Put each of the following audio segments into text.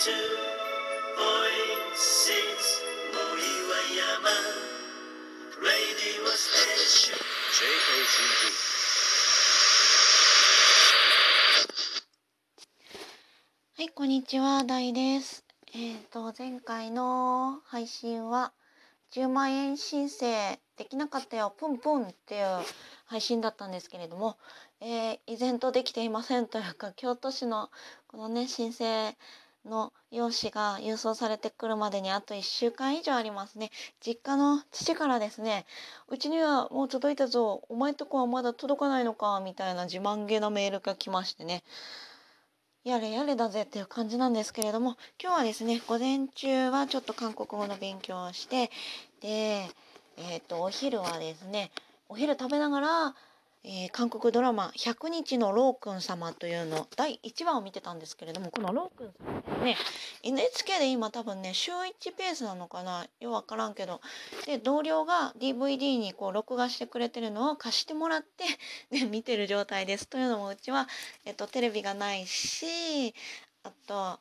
Voices 森は山 Radio Station JOZZ。 はい、こんにちは、ダイです。前回の配信は10万円申請できなかったよ、プンプンっていう配信だったんですけれども、依然とできていませんというか、京都市のこのね、申請の用紙が郵送されてくるまでにあと1週間以上ありますね。実家の父からですね、うちにはもう届いたぞ、お前とこはまだ届かないのか、みたいな自慢げなメールが来ましてね、やれやれだぜっていう感じなんですけれども、今日はですね、午前中はちょっと韓国語の勉強をして、で、お昼はですね、お昼食べながら、韓国ドラマ100日のロー君様というの第1話を見てたんですけれども、このロー君様ですね、NHK で今多分ね、週1ペースなのかな、よくわからんけど、で、同僚が DVD にこう録画してくれてるのを貸してもらってで見てる状態です。というのもうちは、テレビがないし、あと、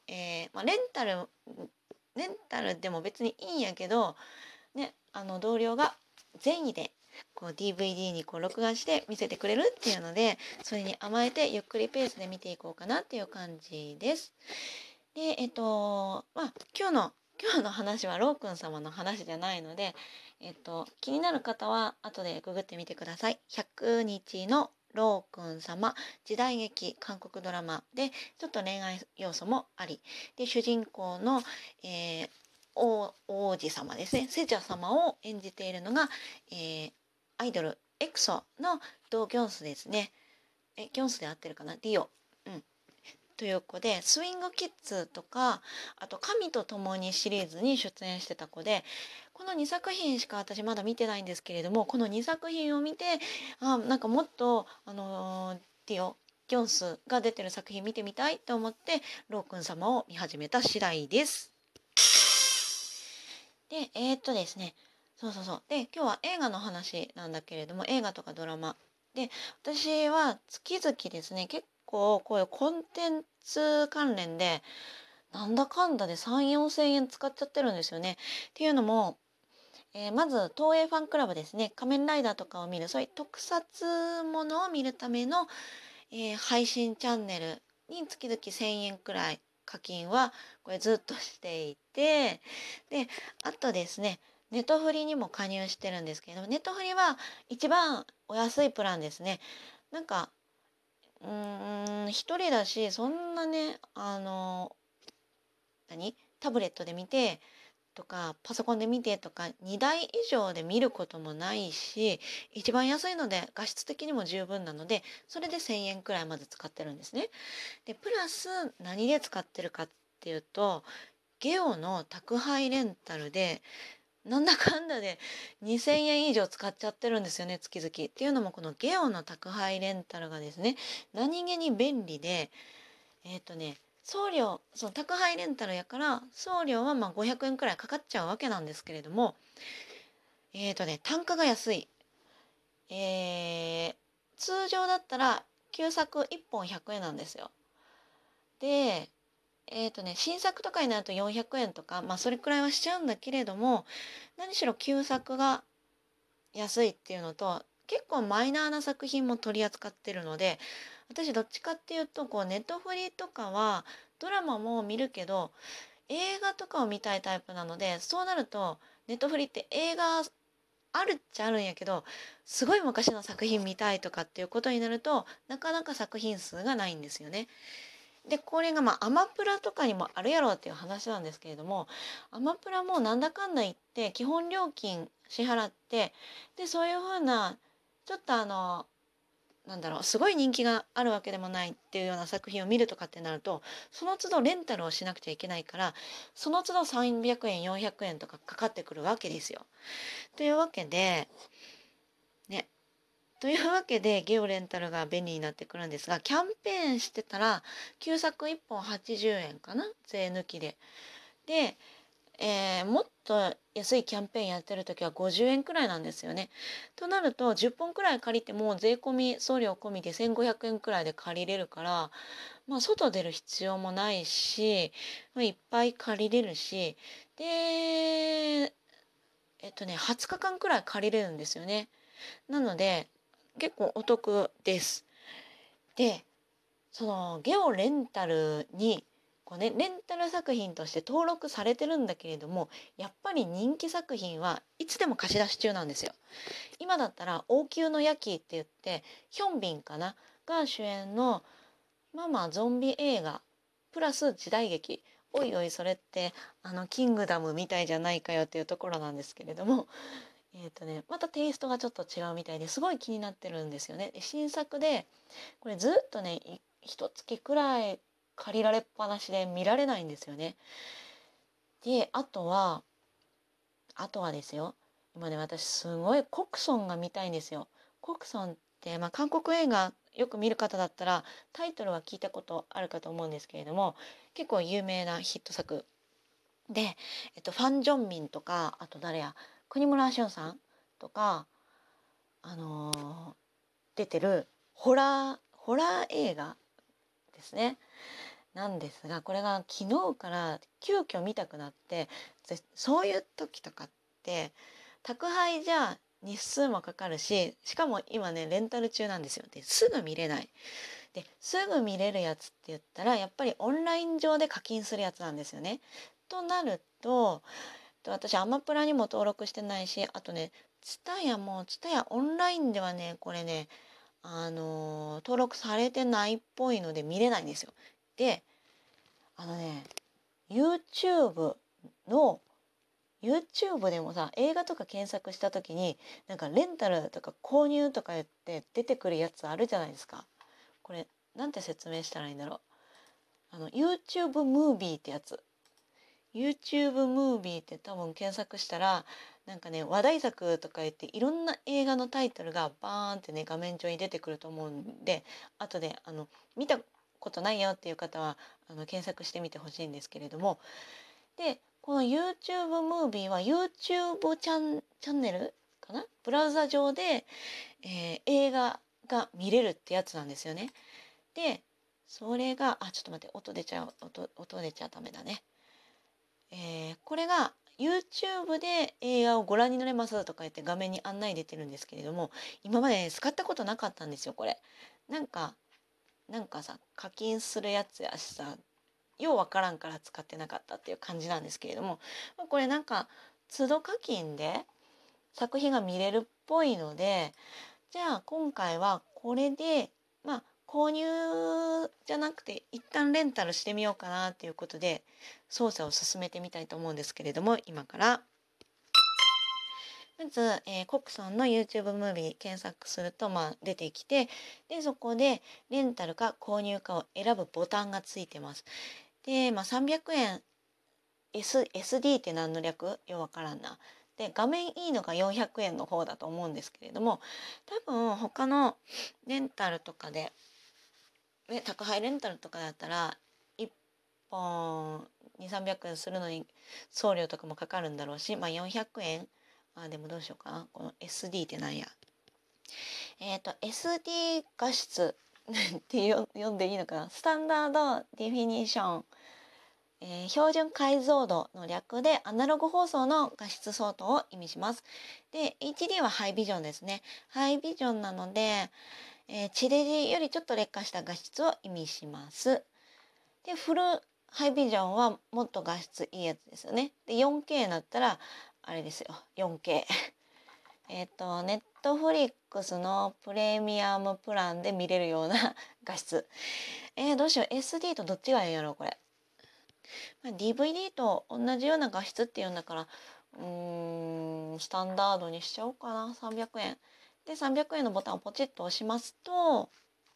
レンタルでも別にいいんやけど、ね、同僚が善意でこう DVD にこう録画して見せてくれるっていうので、それに甘えてゆっくりペースで見ていこうかなっていう感じです。で、今日の話はローくん様の話じゃないので、気になる方は後でググってみてください。100日のローくん様、時代劇韓国ドラマでちょっと恋愛要素もあり、で主人公の、王子様ですね、セジャ様を演じているのが、アイドルエクソのド・ギョンスですね。ギョンスで合ってるかな、ディオ、という子で、スイングキッズとか、あと神と共にシリーズに出演してた子で、この2作品しか私まだ見てないんですけれども、この2作品を見て、なんかもっとディオギョンスが出てる作品見てみたいと思って、ローくん様を見始めた次第です。で、ですね、そうで、今日は映画の話なんだけれども、映画とかドラマで、私は月々ですね、結構こういうコンテンツ関連でなんだかんだで3、4千円使っちゃってるんですよね。っていうのも、まず東映ファンクラブですね、仮面ライダーとかを見る、そういう特撮ものを見るための、配信チャンネルに月々1000円くらい課金はこれずっとしていて、で、あとですね、ネットフリにも加入してるんですけれども、ネットフリは一番お安いプランですね。なんか、一人だし、そんなね、タブレットで見てとかパソコンで見てとか2台以上で見ることもないし、一番安いので画質的にも十分なので、それで1000円くらいまで使ってるんですね。でプラス何で使ってるかっていうと、ゲオの宅配レンタルでなんだかんだで2000円以上使っちゃってるんですよね、月々。っていうのも、このゲオの宅配レンタルがですね、何気に便利で、送料、その宅配レンタルやから送料はまあ500円くらいかかっちゃうわけなんですけれども、単価が安い。通常だったら旧作1本100円なんですよ。で、新作とかになると400円とか、まあそれくらいはしちゃうんだけれども、何しろ旧作が安いっていうのと、結構マイナーな作品も取り扱ってるので、私どっちかっていうとこうネットフリとかはドラマも見るけど映画とかを見たいタイプなので、そうなるとネットフリって映画あるっちゃあるんやけど、すごい昔の作品見たいとかっていうことになるとなかなか作品数がないんですよね。でこれがまあアマプラとかにもあるやろうっていう話なんですけれども、アマプラもなんだかんだ言って基本料金支払って、でそういう風なちょっとすごい人気があるわけでもないっていうような作品を見るとかってなると、その都度レンタルをしなくちゃいけないから、その都度300円400円とかかかってくるわけですよ。というわけでねゲオレンタルが便利になってくるんですが、キャンペーンしてたら旧作1本80円かな、税抜きで。でもっと安いキャンペーンやってる時は50円くらいなんですよね。となると10本くらい借りても税込み送料込みで1500円くらいで借りれるから、まあ、外出る必要もないし、まあ、いっぱい借りれるし、で20日間くらい借りれるんですよね。なので結構お得です。で、そのゲオレンタルにこうね、レンタル作品として登録されてるんだけれども、やっぱり人気作品はいつでも貸し出し中なんですよ。今だったら王宮のヤキって言ってヒョンビンかなが主演のゾンビ映画プラス時代劇、おいおいそれってキングダムみたいじゃないかよっていうところなんですけれども、またテイストがちょっと違うみたいですごい気になってるんですよね。で新作でこれずっとね一月くらい借りられっぱなしで見られないんですよね。であとはですよ、今ね私すごいコクソンが見たいんですよ。コクソンって、韓国映画よく見る方だったらタイトルは聞いたことあるかと思うんですけれども、結構有名なヒット作で、ファン・ジョンミンとか、あと誰や、国村隼さんとか、あのー出てるホラー映画ですね。なんですが、これが昨日から急遽見たくなって、そういう時とかって宅配じゃ日数もかかるし、しかも今ねレンタル中なんですよ。ですぐ見れない。ですぐ見れるやつって言ったらやっぱりオンライン上で課金するやつなんですよね。となると、私アマプラにも登録してないし、あとねツタヤオンラインではねこれね登録されてないっぽいので見れないんですよ。で、あのね、YouTube の YouTube でもさ、映画とか検索した時になんかレンタルとか購入とか言って出てくるやつあるじゃないですか。これなんて説明したらいいんだろう。YouTube ムービーってやつ。YouTube ムービーって多分検索したらなんかね話題作とか言っていろんな映画のタイトルがバーンってね画面上に出てくると思うんで、後で見たことないよっていう方は検索してみてほしいんですけれども、でこの YouTube ムービーは YouTube チャンネルかな、ブラウザ上で、映画が見れるってやつなんですよね。でそれがちょっと待って、音出ちゃダメだね。これが YouTube で映画をご覧になれますとか言って画面に案内出てるんですけれども、今まで、ね、使ったことなかったんですよこれ。なんかさ課金するやつやしさ、ようわからんから使ってなかったっていう感じなんですけれども、これなんか都度課金で作品が見れるっぽいので、じゃあ今回はこれで購入じゃなくて一旦レンタルしてみようかなっていうことで操作を進めてみたいと思うんですけれども、今からまず、コクソンの YouTube ムービー検索すると出てきて、でそこでレンタルか購入かを選ぶボタンがついてます。で、300円 SD って何の略ようわからんな。で画面いいのが400円の方だと思うんですけれども、多分他のレンタルとかで宅配レンタルとかだったら1本200、300円するのに送料とかもかかるんだろうし、400円、でもどうしようかな。この SD ってなんや、SD 画質って読んでいいのかな。スタンダードディフィニッション、標準解像度の略でアナログ放送の画質相当を意味します。で HD はハイビジョンですね。ハイビジョンなので、地デジよりちょっと劣化した画質を意味します。でフルハイビジョンはもっと画質いいやつですよね。で 4K になったらあれですよ、 4K ネットフリックスのプレミアムプランで見れるような画質。どうしよう、 SD とどっちがいいんやろこれ。DVD と同じような画質っていうんだから、スタンダードにしちゃおうかな。300円で300円のボタンをポチッと押しますと、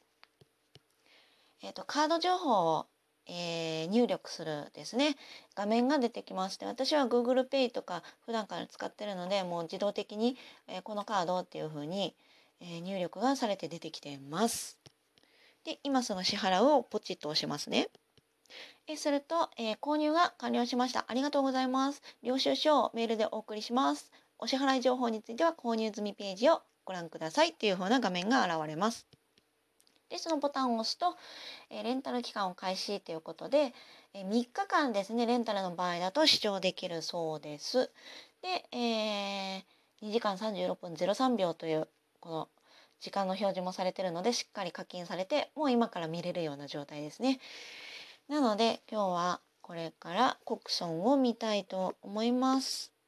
カード情報を、入力するですね、画面が出てきまして、私は Google Pay とか普段から使ってるのでもう自動的に、このカードっていう風に、入力がされて出てきています。で今すぐ支払うをポチッと押しますね。 すると、購入が完了しました。ありがとうございます。領収書をメールでお送りします。お支払い情報については購入済みページをご覧くださいっていう風な画面が現れます。で、そのボタンを押すと、レンタル期間を開始ということで、3日間ですね、レンタルの場合だと視聴できるそうです。で、2時間36分03秒というこの時間の表示もされているので、しっかり課金されて、もう今から見れるような状態ですね。なので今日はこれからコクソンを見たいと思います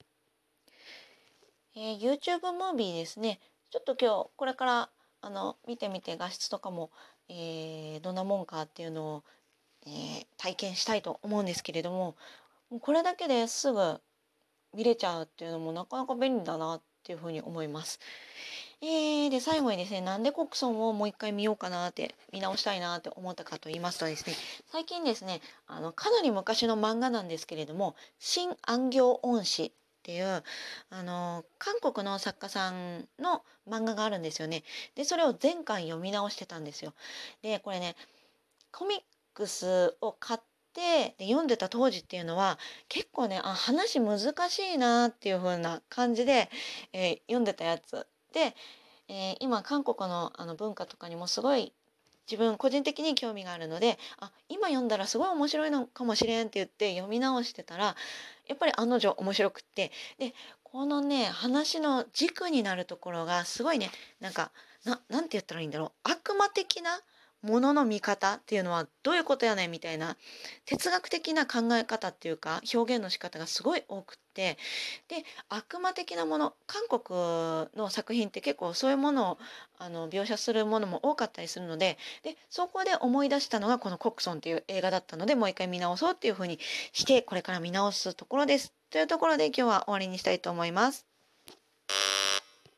。YouTube ムービーですね。ちょっと今日これから見てみて画質とかも、どんなもんかっていうのを、体験したいと思うんですけれども、もうこれだけですぐ見れちゃうっていうのもなかなか便利だなっていうふうに思います。で最後にですね、なんでコクソンをもう一回見ようかなって見直したいなって思ったかと言いますとですね、最近ですね、かなり昔の漫画なんですけれども、新安行恩師っていう韓国の作家さんの漫画があるんですよね。でそれを前回読み直してたんですよ。でこれね、コミックスを買ってで読んでた当時っていうのは結構ね、話難しいなっていう風な感じで、読んでたやつで、今韓国の文化とかにもすごい自分個人的に興味があるので、今読んだらすごい面白いのかもしれんって言って読み直してたら、やっぱり案の定面白くって、でこのね話の軸になるところがすごいね、なんて言ったらいいんだろう、悪魔的なものの見方っていうのはどういうことやねんみたいな哲学的な考え方っていうか表現の仕方がすごい多くって、で悪魔的なもの、韓国の作品って結構そういうものを描写するものも多かったりするので、そこで思い出したのがこのコクソンっていう映画だったので、もう一回見直そうっていうふうにしてこれから見直すところです。というところで今日は終わりにしたいと思います。